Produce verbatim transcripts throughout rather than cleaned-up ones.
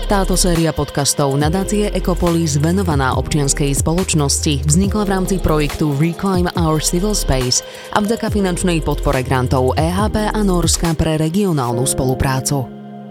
Táto séria podcastov nadácie Ecopolis venovaná občianskej spoločnosti vznikla v rámci projektu Reclaim Our Civil Space a vďaka finančnej podpore grantov é há pé a Nórska pre regionálnu spoluprácu.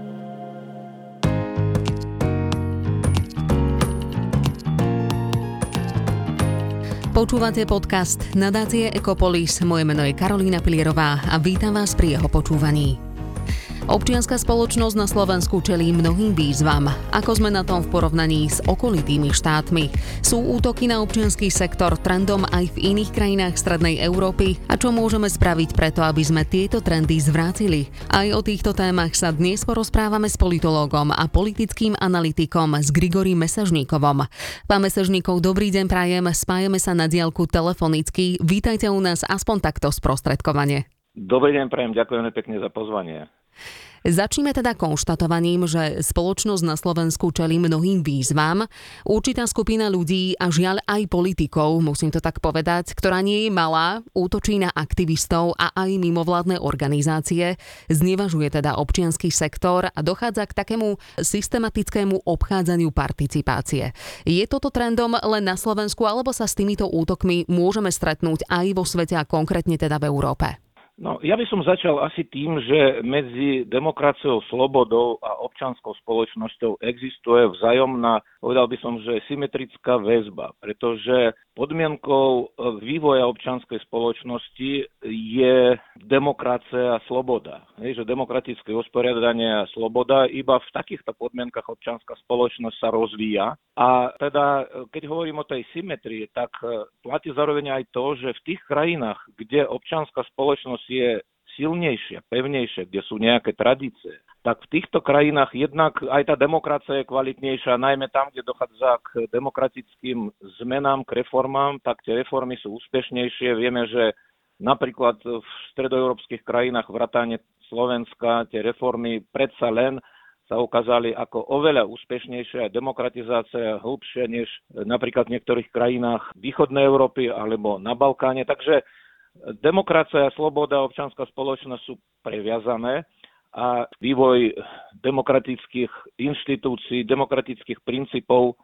Počúvate podcast nadácie Ecopolis. Moje meno je Karolína Pilierová a vítam vás pri jeho počúvaní. Občianska spoločnosť na Slovensku čelí mnohým výzvam. Ako sme na tom v porovnaní s okolitými štátmi? Sú útoky na občiansky sektor trendom aj v iných krajinách Strednej Európy? A čo môžeme spraviť preto, aby sme tieto trendy zvrátili? Aj o týchto témach sa dnes porozprávame s politológom a politickým analytikom s Grigorím Mesažníkovom. Pán Mesažníkov, dobrý deň prajem, spájame sa na diaľku telefonicky. Vítajte u nás aspoň takto sprostredkovane. Dobrý deň prajem, ďakujeme pekne za pozvanie. Začneme teda konštatovaním, že spoločnosť na Slovensku čelí mnohým výzvam. Určitá skupina ľudí a žiaľ aj politikov, musím to tak povedať, ktorá nie je malá, útočí na aktivistov a aj mimovládne organizácie, znevažuje teda občiansky sektor a dochádza k takému systematickému obchádzaniu participácie. Je toto trendom len na Slovensku, alebo sa s týmito útokmi môžeme stretnúť aj vo svete a konkrétne teda v Európe? No, ja by som začal asi tým, že medzi demokraciou, slobodou a občianskou spoločnosťou existuje vzájomná, povedal by som, že symetrická väzba, pretože podmienkou vývoja občianskej spoločnosti je demokracia a sloboda. Je, že demokratické usporiadanie a sloboda, iba v takýchto podmienkach občianska spoločnosť sa rozvíja. A teda, keď hovorím o tej symetrii, tak platí zároveň aj to, že v tých krajinách, kde občianska spoločnosť je silnejšia, pevnejšia, kde sú nejaké tradície, tak v týchto krajinách jednak aj tá demokracia je kvalitnejšia, najmä tam, kde dochádza k demokratickým zmenám, k reformám, tak tie reformy sú úspešnejšie. Vieme, že napríklad v stredoeurópskych krajinách vrátane Slovenska tie reformy predsa len sa ukázali ako oveľa úspešnejšie a demokratizácia hlbšia než napríklad v niektorých krajinách východnej Európy alebo na Balkáne. Takže demokracia, sloboda, občianska spoločnosť sú previazané a vývoj demokratických inštitúcií, demokratických princípov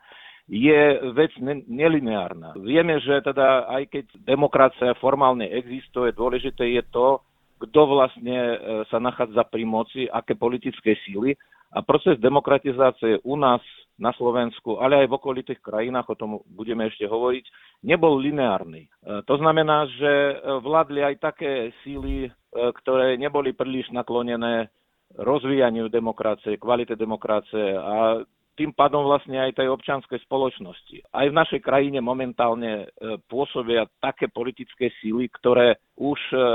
je vec nelineárna. Vieme, že teda aj keď demokracia formálne existuje, dôležité je to, kto vlastne sa nachádza pri moci, aké politické síly. A proces demokratizácie u nás na Slovensku, ale aj v okolitých krajinách, o tom budeme ešte hovoriť, nebol lineárny. To znamená, že vládli aj také síly, ktoré neboli príliš naklonené rozvíjaniu demokracie, kvalite demokracie a tým pádom vlastne aj tej občianskej spoločnosti. Aj v našej krajine momentálne pôsobia také politické síly, ktoré už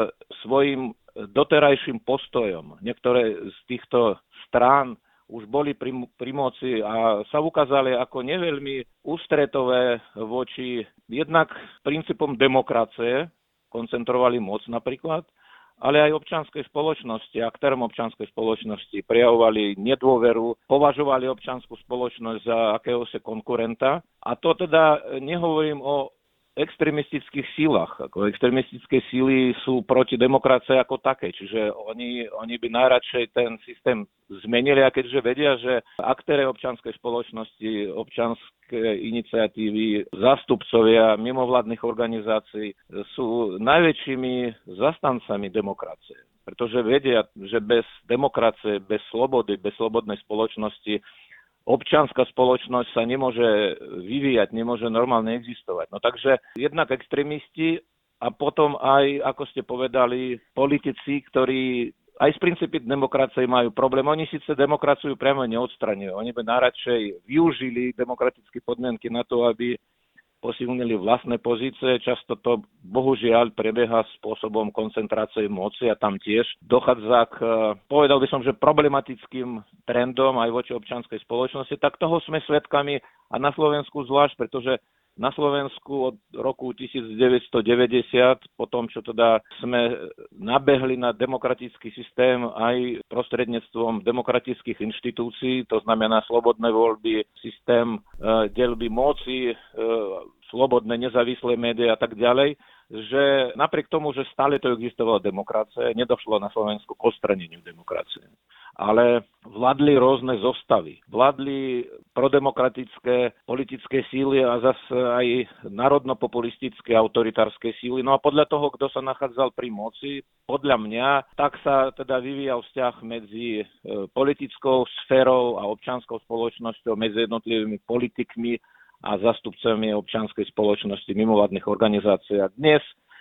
svojim doterajším postojom, niektoré z týchto strán už boli pri, pri moci a sa ukázali ako neveľmi ústretové voči jednak princípom demokracie, koncentrovali moc napríklad, ale aj občianskej spoločnosti, aktérom občianskej spoločnosti prejavovali nedôveru, považovali občiansku spoločnosť za akéhosi konkurenta. A to teda nehovorím o extrémistických sílach. Ako extrémistické síly sú proti demokracii ako také, čiže oni, oni by najradšej ten systém zmenili, a keďže vedia, že aktéry občianskej spoločnosti, občianske iniciatívy, zástupcovia mimovládnych organizácií sú najväčšími zastancami demokracie. Pretože vedia, že bez demokracie, bez slobody, bez slobodnej spoločnosti občianska spoločnosť sa nemôže vyvíjať, nemôže normálne existovať. No takže jednak extrémisti a potom aj, ako ste povedali, politici, ktorí aj z princípy demokracie majú problém. Oni síce demokraciu priamo neodstraňujú. Oni by najradšej využili demokratické podmienky na to, aby posilnili vlastné pozície. Často to bohužiaľ prebieha spôsobom koncentrácie moci a tam tiež dochádza k, povedal by som, že problematickým trendom aj voči občianskej spoločnosti. Tak toho sme svedkami a na Slovensku zvlášť, pretože na Slovensku od roku devätnásťstodeväťdesiat, po tom, čo teda sme nabehli na demokratický systém aj prostredníctvom demokratických inštitúcií, to znamená slobodné voľby, systém e, deľby moci, e, slobodné nezávislé médiá a tak ďalej, že napriek tomu, že stále to existovala demokracia, nedošlo na Slovensku k odstraneniu demokracie. Ale vládli rôzne zostavy. Vládli prodemokratické politické síly a zase aj národnopopulistické autoritárske síly. No a podľa toho, kto sa nachádzal pri moci, podľa mňa, tak sa teda vyvíjal vzťah medzi politickou sférou a občianskou spoločnosťou, medzi jednotlivými politikmi a zástupcami občianskej spoločnosti, mimovládnych organizácií. A dnes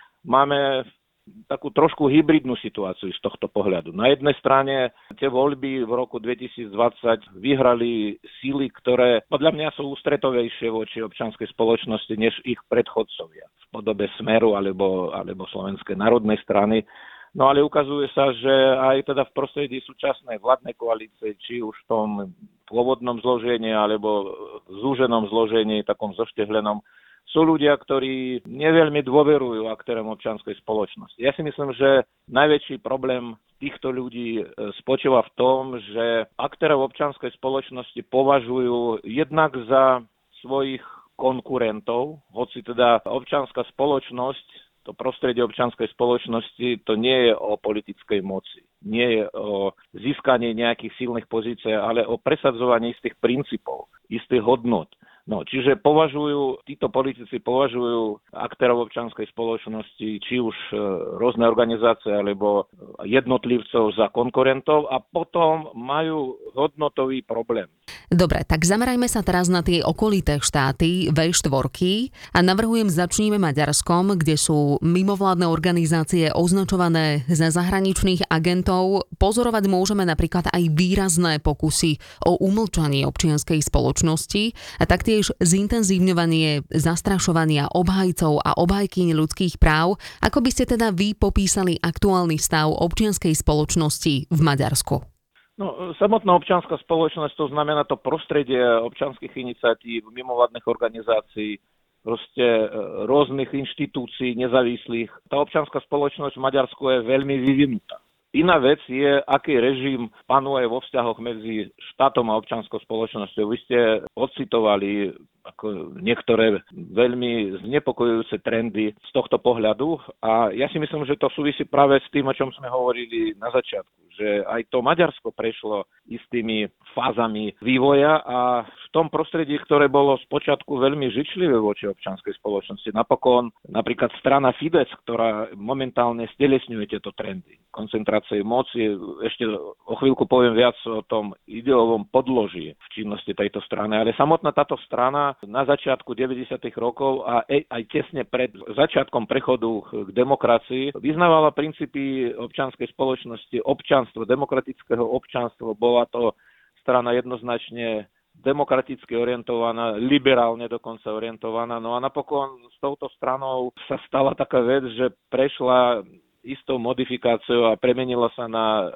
máme takú trošku hybridnú situáciu z tohto pohľadu. Na jednej strane tie voľby v roku dvetisícdvadsať vyhrali síly, ktoré podľa mňa sú ústretovejšie voči občianskej spoločnosti než ich predchodcovia v podobe Smeru alebo, alebo Slovenskej národnej strany. No ale ukazuje sa, že aj teda v prostredí súčasnej vládnej koalície, či už v tom pôvodnom zložení alebo zúženom zložení, takom zoštehlenom, sú ľudia, ktorí neveľmi dôverujú aktérom občianskej spoločnosti. Ja si myslím, že najväčší problém týchto ľudí spočíva v tom, že aktérov občianskej spoločnosti považujú jednak za svojich konkurentov, hoci teda občianská spoločnosť, to prostredie občianskej spoločnosti, to nie je o politickej moci, nie je o získaní nejakých silných pozícií, ale o presadzovaní istých princípov, istých hodnot. No, čiže považujú, títo politici považujú aktérov občianskej spoločnosti, či už rôzne organizácie alebo jednotlivcov za konkurentov a potom majú hodnotový problém. Dobre, tak zamerajme sa teraz na tie okolité štáty vé štyri a navrhujem začníme Maďarskom, kde sú mimovládne organizácie označované za zahraničných agentov. Pozorovať môžeme napríklad aj výrazné pokusy o umlčanie občianskej spoločnosti a taktiež zintenzívňovanie zastrašovania obhajcov a obhajkyň ľudských práv. Ako by ste teda vy popísali aktuálny stav občianskej spoločnosti v Maďarsku? No, samotná občianska spoločnosť, to znamená to prostredie občianskych iniciatív, mimovládnych organizácií, proste rôznych inštitúcií nezávislých. Tá občianska spoločnosť v Maďarsku je veľmi vyvinutá. Iná vec je, aký režim panuje vo vzťahoch medzi štátom a občianskou spoločnosťou. Vy ste odcitovali ako niektoré veľmi znepokojujúce trendy z tohto pohľadu a ja si myslím, že to súvisí práve s tým, o čom sme hovorili na začiatku, že aj to Maďarsko prešlo istými fázami vývoja a v tom prostredí, ktoré bolo spočiatku veľmi žičlivé voči občianskej spoločnosti, napokon napríklad strana Fidesz, ktorá momentálne stelesňuje tieto trendy, koncentrácie moci, ešte o chvíľku poviem viac o tom ideovom podloží v činnosti tejto strany, ale samotná táto strana na začiatku deväťdesiatych rokov a aj tesne pred začiatkom prechodu k demokracii vyznávala princípy občianskej spoločnosti, občianstvo, demokratického občianstva. Bola to strana jednoznačne demokraticky orientovaná, liberálne dokonca orientovaná. No a napokon s touto stranou sa stala taká vec, že prešla istou modifikáciou a premenila sa na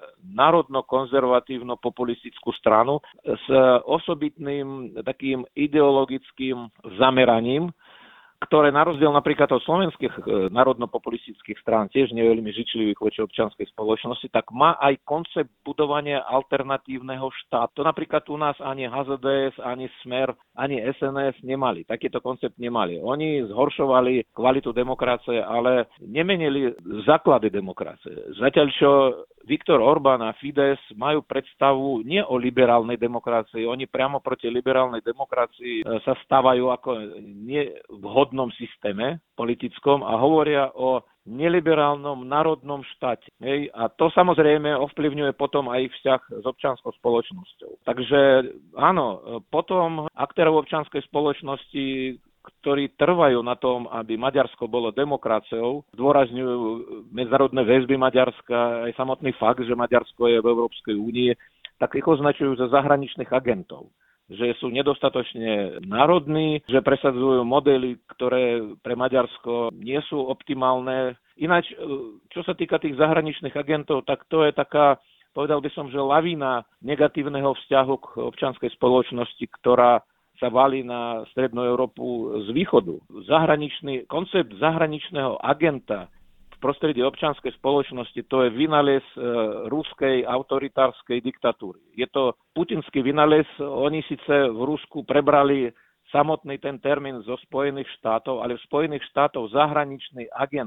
národno-konzervatívno-populistickú stranu s osobitným takým ideologickým zameraním, ktoré na rozdiel napríklad od slovenských národno-populistických strán, tiež neveľmi žičlivých voči občianskej spoločnosti, tak má aj koncept budovania alternatívneho štátu. Napríklad u nás ani há zet dé es, ani Smer, ani es en es nemali. Takýto koncept nemali. Oni zhoršovali kvalitu demokracie, ale nemenili základy demokracie. Zatiaľ, čo Viktor Orbán a Fidesz majú predstavu nie o liberálnej demokracii, oni priamo proti liberálnej demokracii sa stávajú ako nevhodnom systéme politickom a hovoria o neliberálnom národnom štáte. Hej? A to samozrejme ovplyvňuje potom aj vzťah s občianskou spoločnosťou. Takže áno, potom aktérov občianskej spoločnosti, ktorí trvajú na tom, aby Maďarsko bolo demokraciou, zdôrazňujú medzinárodné väzby Maďarska, aj samotný fakt, že Maďarsko je v Európskej únii, tak ich označujú za zahraničných agentov, že sú nedostatočne národní, že presadzujú modely, ktoré pre Maďarsko nie sú optimálne. Ináč, čo sa týka tých zahraničných agentov, tak to je taká, povedal by som, že lavína negatívneho vzťahu k občianskej spoločnosti, ktorá sa valí na strednú Európu z východu. Zahraničný, koncept zahraničného agenta v prostredí občianskej spoločnosti, to je vynález e, ruskej autoritárskej diktatúry. Je to putinský vynález, oni síce v Rusku prebrali samotný ten termín zo Spojených štátov, ale v Spojených štátoch zahraničný agent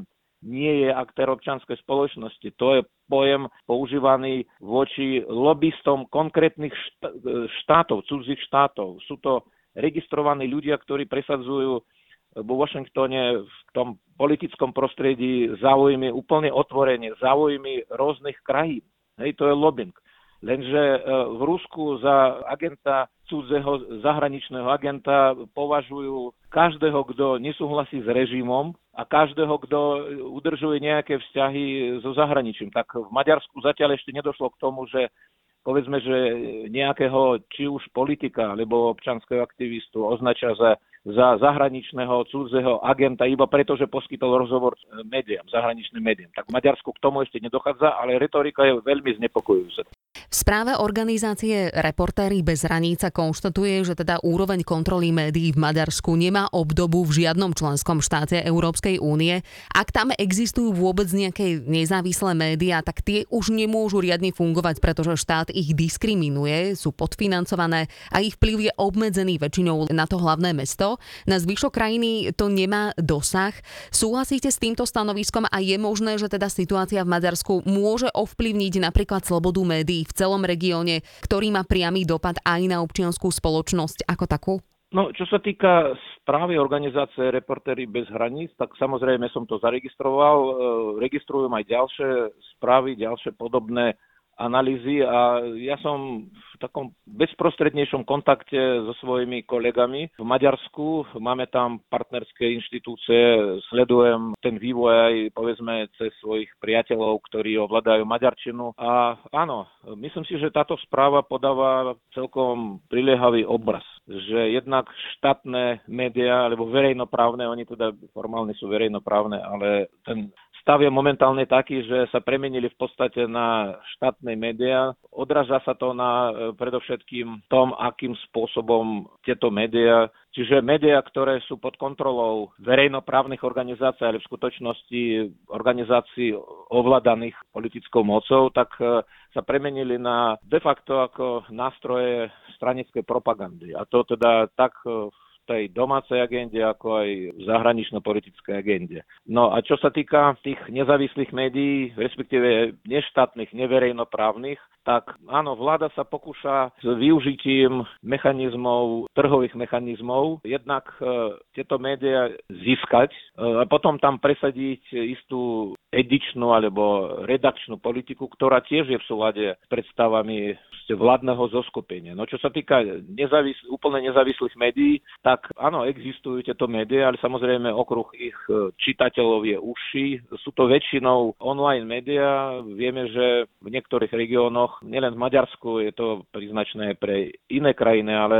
nie je aktér občianskej spoločnosti. To je pojem používaný voči lobbystom konkrétnych štátov, cudzích štátov. Sú to registrovaní ľudia, ktorí presadzujú vo Washingtone v tom politickom prostredí záujmy úplne otvorene, záujmy rôznych krajín. Hej, to je lobbying. Lenže v Rusku za agenta, cudzého zahraničného agenta považujú každého, kto nesúhlasí s režimom a každého, kto udržuje nejaké vzťahy so zahraničím. Tak v Maďarsku zatiaľ ešte nedošlo k tomu, že povedzme, že nejakého či už politika alebo občanského aktivistu označia za, za zahraničného cudzého agenta iba preto, že poskytol rozhovor médiám, zahraničným médiám. Tak v Maďarsku k tomu ešte nedochádza, ale retorika je veľmi znepokojujúca. V správe organizácie Reportéri bez hraníc sa konštatuje, že teda úroveň kontroly médií v Maďarsku nemá obdobu v žiadnom členskom štáte Európskej únie. Ak tam existujú vôbec nejaké nezávislé médiá, tak tie už nemôžu riadne fungovať, pretože štát ich diskriminuje, sú podfinancované a ich vplyv je obmedzený väčšinou na to hlavné mesto. Na zvyšok krajiny to nemá dosah. Súhlasíte s týmto stanoviskom a je možné, že teda situácia v Maďarsku môže ovplyvniť napríklad slobodu médií v celom regióne, ktorý má priamy dopad aj na občiansku spoločnosť ako takú? No, čo sa týka správy organizácie Reportéri bez hraníc, tak samozrejme som to zaregistroval. Registrujem aj ďalšie správy, ďalšie podobné analýzy a ja som v takom bezprostrednejšom kontakte so svojimi kolegami v Maďarsku. Máme tam partnerské inštitúcie, sledujem ten vývoj aj povedzme cez svojich priateľov, ktorí ovládajú maďarčinu. A áno, myslím si, že táto správa podáva celkom priliehavý obraz, že jednak štátne médiá, alebo verejnoprávne, oni teda formálne sú verejnoprávne, ale ten stav je momentálne taký, že sa premenili v podstate na štátne médiá. Odráža sa to na predovšetkým tom, akým spôsobom tieto médiá, čiže médiá, ktoré sú pod kontrolou verejnoprávnych organizácií, ale v skutočnosti organizácií ovládaných politickou mocou, tak sa premenili na de facto ako nástroje stranickej propagandy. A to teda tak v tej domácej agende, ako aj v zahranično-politickej agende. No a čo sa týka tých nezávislých médií, respektíve neštátnych, neverejnoprávnych, tak áno, vláda sa pokúša s využitím mechanizmov, trhových mechanizmov, jednak e, tieto médiá získať e, a potom tam presadiť istú edičnú alebo redakčnú politiku, ktorá tiež je v súlade s predstavami vládneho zoskupenia. No čo sa týka nezávis- úplne nezávislých médií, tak áno, existujú tieto médiá, ale samozrejme okruh ich čitateľov je užší. Sú to väčšinou online médiá. Vieme, že v niektorých regiónoch, nielen v Maďarsku, je to príznačné pre iné krajiny, ale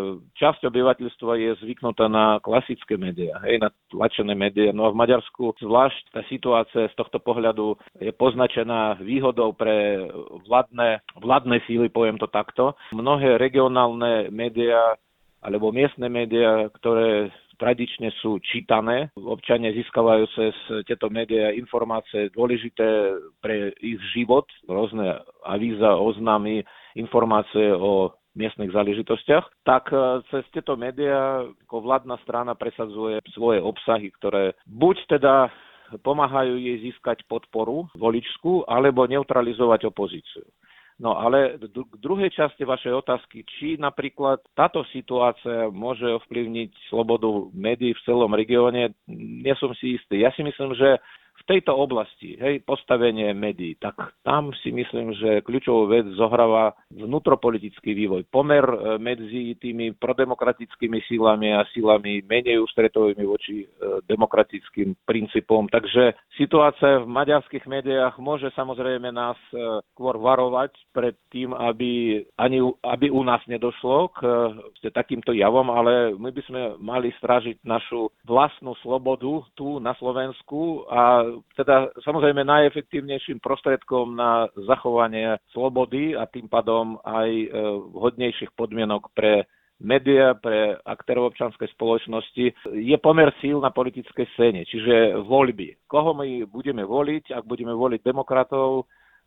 časť obyvateľstva je zvyknutá na klasické médiá, hej, na tlačené médiá. No a v Maďarsku zvlášť tá situácia z tohto pohľadu je poznačená výhodou pre vládne, vládne síly, poviem to takto. Mnohé regionálne médiá alebo miestne médiá, ktoré tradične sú čítané. Občania získavajú cez tieto médiá informácie dôležité pre ich život, rôzne avíza, oznámy, informácie o miestnych záležitostiach, tak cez tieto médiá ako vládna strana presadzuje svoje obsahy, ktoré buď teda pomáhajú jej získať podporu voličskú, alebo neutralizovať opozíciu. No ale k druhej časti vašej otázky, či napríklad táto situácia môže ovplyvniť slobodu médií v celom regióne, nie som si istý. Ja si myslím, že v tejto oblasti, hej, postavenie médií, tak tam si myslím, že kľúčovú vec zohráva vnútropolitický vývoj. Pomer medzi tými prodemokratickými sílami a sílami menej ústretovými voči demokratickým princípom. Takže situácia v maďarských médiách môže samozrejme nás skôr varovať pred tým, aby, ani, aby u nás nedošlo k takýmto javom, ale my by sme mali strážiť našu vlastnú slobodu tu na Slovensku a teda samozrejme najefektívnejším prostredkom na zachovanie slobody a tým pádom aj vhodnejších podmienok pre médiá, pre aktérov občianskej spoločnosti je pomer síl na politickej scéne, čiže voľby. Koho my budeme voliť, ak budeme voliť demokratov,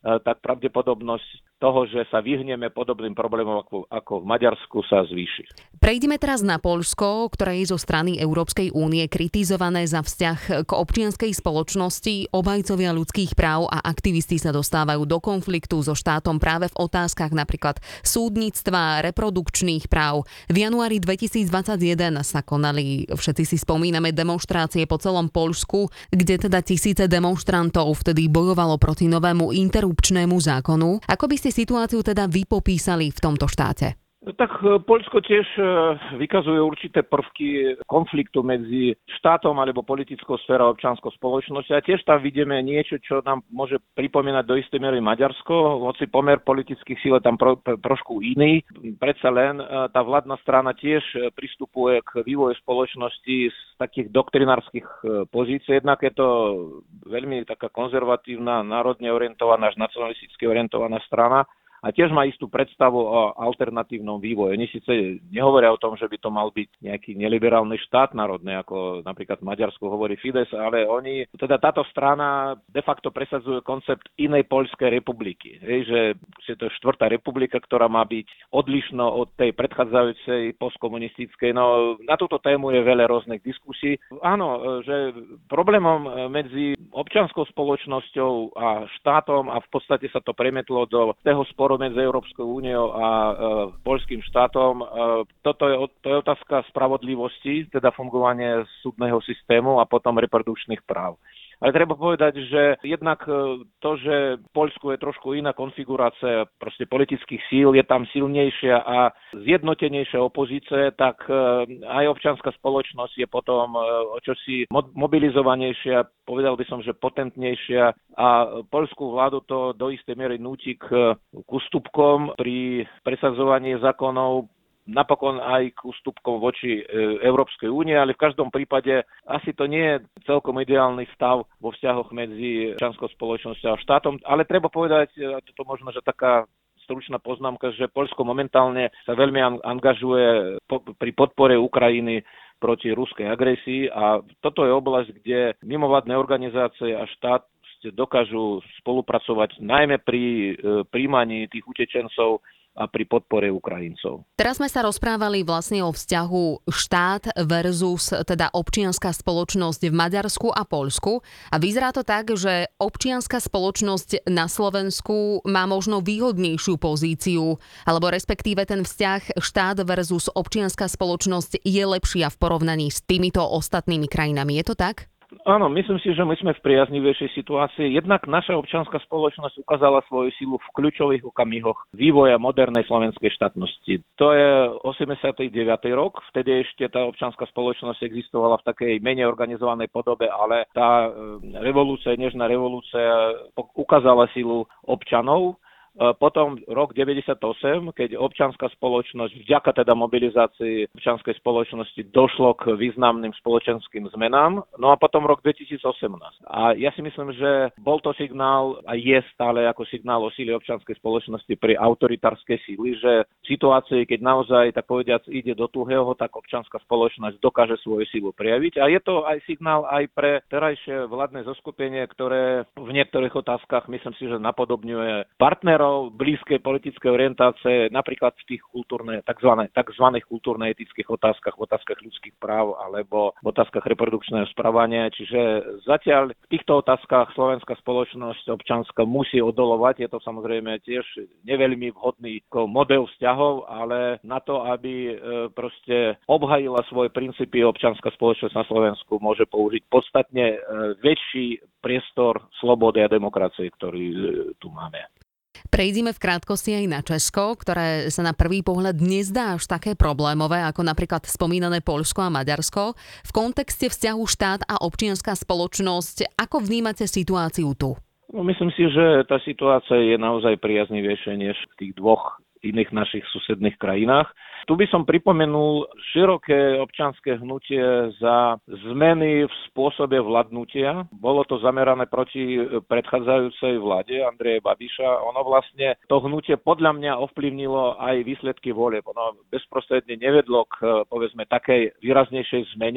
tak pravdepodobnosť toho, že sa vyhneme podobným problémom ako, ako v Maďarsku, sa zvýši. Prejdeme teraz na Poľsko, ktoré je zo strany Európskej únie kritizované za vzťah k občianskej spoločnosti. Obhajcovia ľudských práv a aktivisti sa dostávajú do konfliktu so štátom práve v otázkach napríklad súdnictva, reprodukčných práv. V januári dvetisícdvadsaťjeden sa konali, všetci si spomíname, demonštrácie po celom Poľsku, kde teda tisíce demonštrantov vtedy bojovalo proti novému interrupčnému zákonu. Ako by ste situáciu teda vy popísali v tomto štáte? No tak Poľsko tiež vykazuje určité prvky konfliktu medzi štátom alebo politickou sférou a občianskou spoločnosťou. A tiež tam vidíme niečo, čo nám môže pripomínať do istej miery Maďarsko, hoci pomer politických síl je tam pro, pro, trošku iný. Predsa len tá vládna strana tiež pristupuje k vývoju spoločnosti z takých doktrinárskych pozícií. Jednak je to veľmi taká konzervatívna, národne orientovaná, až nacionalisticky orientovaná strana. A tiež má istú predstavu o alternatívnom vývoji. Oni síce nehovoria o tom, že by to mal byť nejaký neliberálny štát národný, ako napríklad v Maďarsku hovorí Fidesz, ale oni, teda táto strana de facto presadzuje koncept inej Poľskej republiky. Hej, že je to štvrtá republika, ktorá má byť odlišná od tej predchádzajúcej postkomunistickej. No, na túto tému je veľa rôznych diskusí. Áno, že problémom medzi občianskou spoločnosťou a štátom, a v podstate sa to premietlo do toho sporu medzi Európskou úniou a e, poľským štátom. E, toto je, to je otázka spravodlivosti, teda fungovanie súdneho systému a potom reprodukčných práv. Ale treba povedať, že jednak to, že v Poľsku je trošku iná konfigurácia proste politických síl, je tam silnejšia a zjednotenejšia opozícia, tak aj občianska spoločnosť je potom o čosi mobilizovanejšia, povedal by som, že potentnejšia a poľskú vládu to do istej miery núti k, k ústupkom pri presadzovaní zákonov, napokon aj k ústupkom voči Európskej únie, ale v každom prípade asi to nie je celkom ideálny stav vo vzťahoch medzi občianskou spoločnosťou a štátom, ale treba povedať, toto možno, že taká stručná poznámka, že Poľsko momentálne sa veľmi angažuje po, pri podpore Ukrajiny proti ruskej agresii a toto je oblasť, kde mimovládne organizácie a štát dokážu spolupracovať najmä pri príjmaní tých utečencov a pri podpore Ukrajincov. Teraz sme sa rozprávali vlastne o vzťahu štát versus teda občianska spoločnosť v Maďarsku a Poľsku a vyzerá to tak, že občianska spoločnosť na Slovensku má možno výhodnejšiu pozíciu, alebo respektíve ten vzťah štát versus občianska spoločnosť je lepšia v porovnaní s týmito ostatnými krajinami. Je to tak? Áno, myslím si, že my sme v priaznivejšej situácii. Jednak naša občianska spoločnosť ukázala svoju silu v kľúčových okamihoch vývoja modernej slovenskej štátnosti. To je osemdesiaty deviaty rok, vtedy ešte tá občianska spoločnosť existovala v takej menej organizovanej podobe, ale tá revolúcia, nežná revolúcia ukázala silu občanov. Potom rok deväťdesiatosem, keď občianska spoločnosť, vďaka teda mobilizácii občianskej spoločnosti došlo k významným spoločenským zmenám. No a potom rok dvetisícosemnásť. A ja si myslím, že bol to signál a je stále ako signál o síle občianskej spoločnosti pri autoritárskej síly, že v situácii, keď naozaj, tak povediac, ide do tuhého, tak občianska spoločnosť dokáže svoju sílu prejaviť. A je to aj signál aj pre terajšie vládne zoskupenie, ktoré v niektorých otázkach, myslím si, že napodobňuje partnerov blízkej politickej orientácie, napríklad v tých kultúrne, takzvané, takzvaných kultúrne-etických otázkach, v otázkach ľudských práv alebo v otázkach reprodukčného správania. Čiže zatiaľ v týchto otázkach slovenská spoločnosť občianska musí odolovať. Je to samozrejme tiež neveľmi vhodný model vzťahov, ale na to, aby proste obhajila svoje princípy občianska spoločnosť na Slovensku, môže použiť podstatne väčší priestor slobody a demokracie, ktorý tu máme. Prejdime v krátkosti aj na Česko, ktoré sa na prvý pohľad nezdá až také problémové, ako napríklad spomínané Poľsko a Maďarsko. V kontexte vzťahu štát a občianska spoločnosť, ako vnímate situáciu tu? No, myslím si, že tá situácia je naozaj priaznivejšia než v tých dvoch iných našich susedných krajinách. Tu by som pripomenul široké občianske hnutie za zmeny v spôsobe vládnutia. Bolo to zamerané proti predchádzajúcej vláde Andreja Babiša. Ono vlastne to hnutie podľa mňa ovplyvnilo aj výsledky volieb. Ono bezprostredne nevedlo k, povedzme, takej výraznejšej zmene,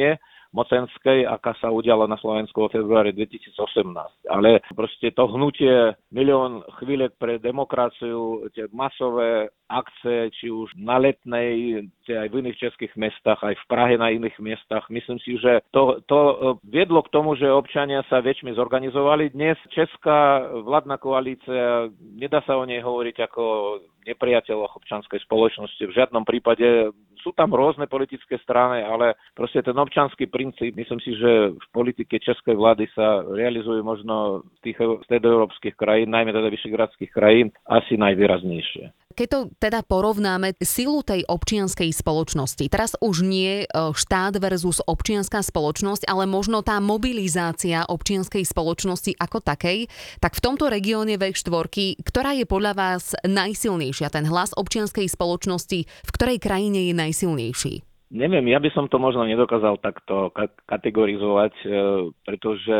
mocenskej, aká sa udiala na Slovensku vo februári dvetisícosemnásť. Ale proste to hnutie milión chvíľek pre demokraciu, tie masové akcie, či už na Letnej, aj v iných českých mestách, aj v Prahe na iných miestach. Myslím si, že to, to viedlo k tomu, že občania sa väčšmi zorganizovali. Dnes česká vládna koalícia, nedá sa o nej hovoriť ako nepriateľoch občianskej spoločnosti. V žiadnom prípade sú tam rôzne politické strany, ale proste ten občiansky princíp, myslím si, že v politike českej vlády sa realizuje možno v tých stredoeurópskych krajín, najmä teda vyšegradských krajín, asi najvýraznejšie. Keď to teda porovnáme silu tej občianskej spoločnosti, teraz už nie štát versus občianská spoločnosť, ale možno tá mobilizácia občianskej spoločnosti ako takej, tak v tomto regióne vé štyri, ktorá je podľa vás najsilnejšia, ten hlas občianskej spoločnosti, v ktorej krajine je najsilnejší? Neviem, ja by som to možno nedokázal takto kategorizovať, pretože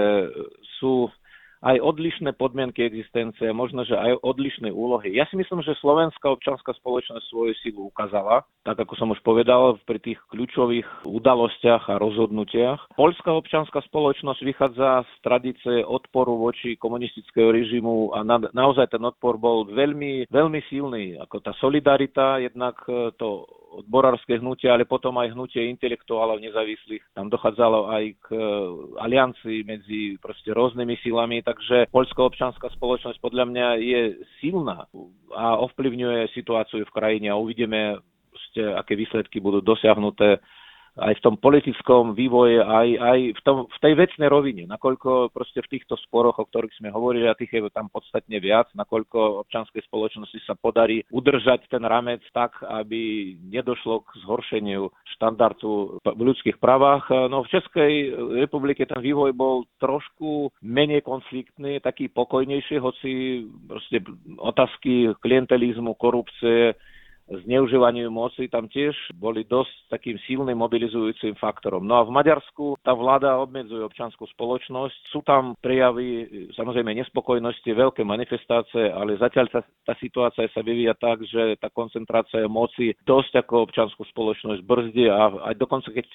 sú aj odlišné podmienky existencie, možno, že aj odlišné úlohy. Ja si myslím, že slovenská občianská spoločnosť svoju silu ukázala, tak ako som už povedal, pri tých kľúčových udalostiach a rozhodnutiach. Poľská občianská spoločnosť vychádza z tradície odporu voči komunistickému režimu a na, naozaj ten odpor bol veľmi, veľmi silný. Ako tá solidarita, jednak to odborárske hnutie, ale potom aj hnutie intelektuálov nezávislých. Tam dochádzalo aj k aliancii medzi proste rôznymi silami, takže poľská občianská spoločnosť podľa mňa je silná a ovplyvňuje situáciu v krajine a uvidíme, proste, aké výsledky budú dosiahnuté aj v tom politickom vývoji, aj, aj v, tom, v tej vecnej rovine, nakoľko proste v týchto sporoch, o ktorých sme hovorili, a tých je tam podstatne viac, nakoľko občianskej spoločnosti sa podarí udržať ten ramec tak, aby nedošlo k zhoršeniu štandardu v ľudských právach. No v Českej republike ten vývoj bol trošku menej konfliktný, taký pokojnejší, hoci proste otázky klientelizmu, korupcie, zneužívaniu moci tam tiež boli dosť takým silným mobilizujúcim faktorom. No a v Maďarsku tá vláda obmedzuje občiansku spoločnosť. Sú tam prejavy, samozrejme nespokojnosti, veľké manifestácie, ale zatiaľ tá, tá situácia sa vyvíja tak, že tá koncentrácia moci dosť ako občiansku spoločnosť brzdí a aj dokonca keď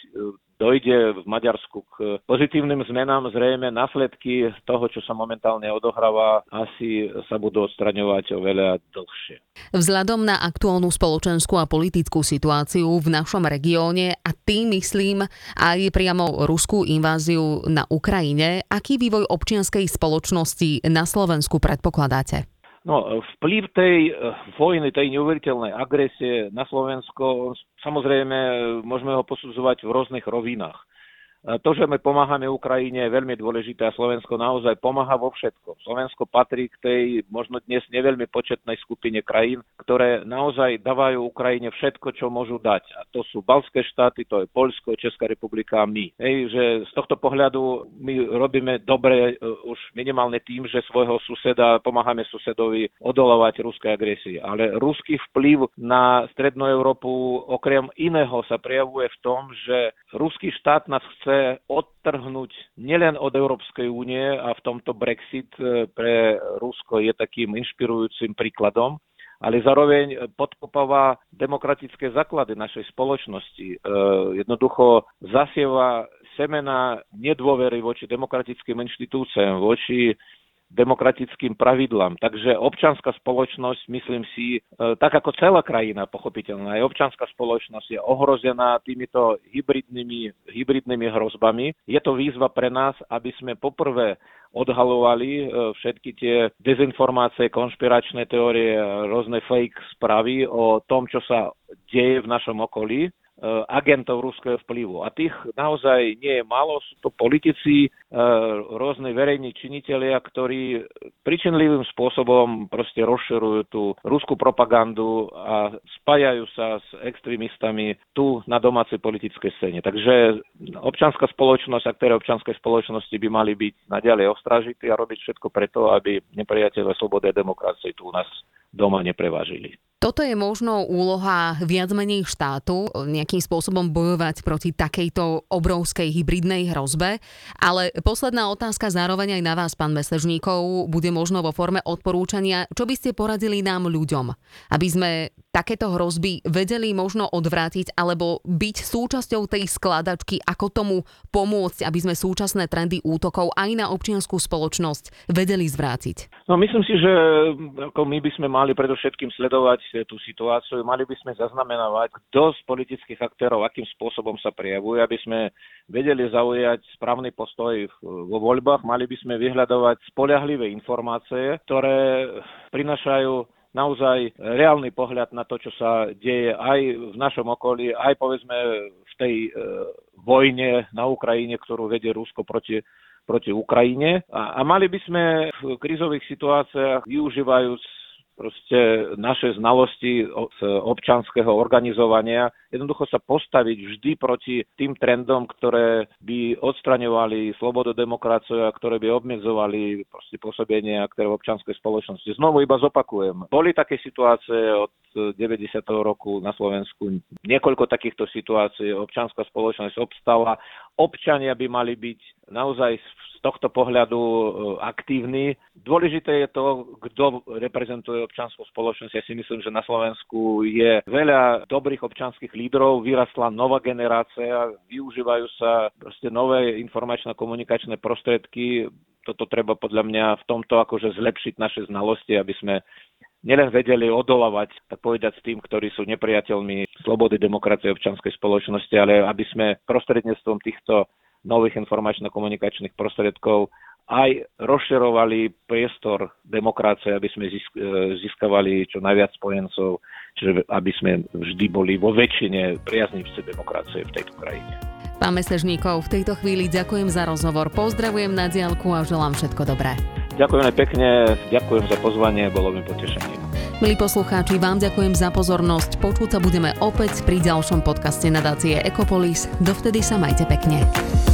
dojde v Maďarsku k pozitívnym zmenám, zrejme následky toho, čo sa momentálne odohráva, asi sa budú odstraňovať oveľa dlhšie. Vzhľadom na aktuálnu spoločenskú a politickú situáciu v našom regióne a tým myslím aj priamo ruskú inváziu na Ukrajine, aký vývoj občianskej spoločnosti na Slovensku predpokladáte? No, vplyv tej vojny, tej neuveriteľnej agresie na Slovensko, samozrejme môžeme ho posudzovať v rôznych rovinách. To, že my pomáhame Ukrajine, je veľmi dôležité a Slovensko naozaj pomáha vo všetkom. Slovensko patrí k tej možno dnes neveľmi početnej skupine krajín, ktoré naozaj dávajú Ukrajine všetko, čo môžu dať. A to sú Baltské štáty, to je Poľsko, Česká republika a my. Hej, že z tohto pohľadu my robíme dobre už minimálne tým, že svojho suseda, pomáhame susedovi odolovať ruskej agresii. Ale ruský vplyv na Strednú Európu okrem iného sa prejavuje v tom, že ruský štát nás chce odtrhnúť nielen od Európskej únie a v tomto Brexit pre Rusko je takým inšpirujúcim príkladom, ale zároveň podkopáva demokratické základy našej spoločnosti. Jednoducho zasieva semena nedôvery voči demokratickým inštitúciám, voči demokratickým pravidlám. Takže občianska spoločnosť, myslím si, tak ako celá krajina, pochopiteľná, aj občianska spoločnosť je ohrozená týmito hybridnými, hybridnými hrozbami. Je to výzva pre nás, aby sme poprvé odhalovali všetky tie dezinformácie, konšpiračné teórie, rôzne fake správy o tom, čo sa deje v našom okolí, agentov ruského vplyvu. A tých naozaj nie je málo, sú to politici, rôzne verejní činitelia, ktorí pričinlivým spôsobom proste rozširujú tú ruskú propagandu a spájajú sa s extrémistami tu na domácej politickej scéne. Takže občianska spoločnosť, aktéri občianskej spoločnosti by mali byť naďalej ostrážití a robiť všetko preto, aby nepriatelia slobody a demokracie tu u nás doma neprevážili. Toto je možno úloha viac menej štátu, nejakým spôsobom bojovať proti takejto obrovskej hybridnej hrozbe, ale posledná otázka zároveň aj na vás, pán Mesežníkov, bude možno vo forme odporúčania, čo by ste poradili nám ľuďom, aby sme takéto hrozby vedeli možno odvrátiť alebo byť súčasťou tej skladačky, ako tomu pomôcť, aby sme súčasné trendy útokov aj na občiansku spoločnosť vedeli zvrátiť? No myslím si, že ako my by sme mali predovšetkým sledovať tú situáciu, mali by sme zaznamenávať, kto z politických aktérov akým spôsobom sa prejavuje, aby sme vedeli zaujať správny postoj vo voľbách, mali by sme vyhľadovať spoľahlivé informácie, ktoré prinášajú naozaj reálny pohľad na to, čo sa deje aj v našom okolí, aj povedzme v tej e, vojne na Ukrajine, ktorú vedie Rusko proti, proti Ukrajine. A, a mali by sme v krízových situáciách, využívajúc proste naše znalosti z občianskeho organizovania, jednoducho sa postaviť vždy proti tým trendom, ktoré by odstraňovali slobodu, demokraciu a ktoré by obmedzovali proste pôsobenie aktérov občianskej spoločnosti. Znovu iba zopakujem. Boli také situácie od deväťdesiateho roku na Slovensku. Niekoľko takýchto situácií občianská spoločnosť obstala. Občania by mali byť naozaj z tohto pohľadu aktívni. Dôležité je to, kto reprezentuje občiansku spoločnosť. Ja si myslím, že na Slovensku je veľa dobrých občianskych lídrov, vyrastla nová generácia, využívajú sa proste nové informačno-komunikačné prostriedky. Toto treba podľa mňa v tomto akože zlepšiť naše znalosti, aby sme nielen vedeli odolávať, tak povedať, s tým, ktorí sú nepriateľmi slobody, demokracie, občianskej spoločnosti, ale aby sme prostredníctvom týchto nových informačno-komunikačných prostriedkov aj rozširovali priestor demokracie, aby sme získavali čo najviac spojencov, čiže aby sme vždy boli vo väčšine priaznivci demokracie v tejto krajine. Pán Mesežníkov, v tejto chvíli ďakujem za rozhovor, pozdravujem na diaľku a želám všetko dobré. Ďakujem pekne, ďakujem za pozvanie, bolo mi potešením. Milí poslucháči, vám ďakujem za pozornosť. Počuť sa budeme opäť pri ďalšom podcaste nadácie Ekopolis. Dovtedy sa majte pekne.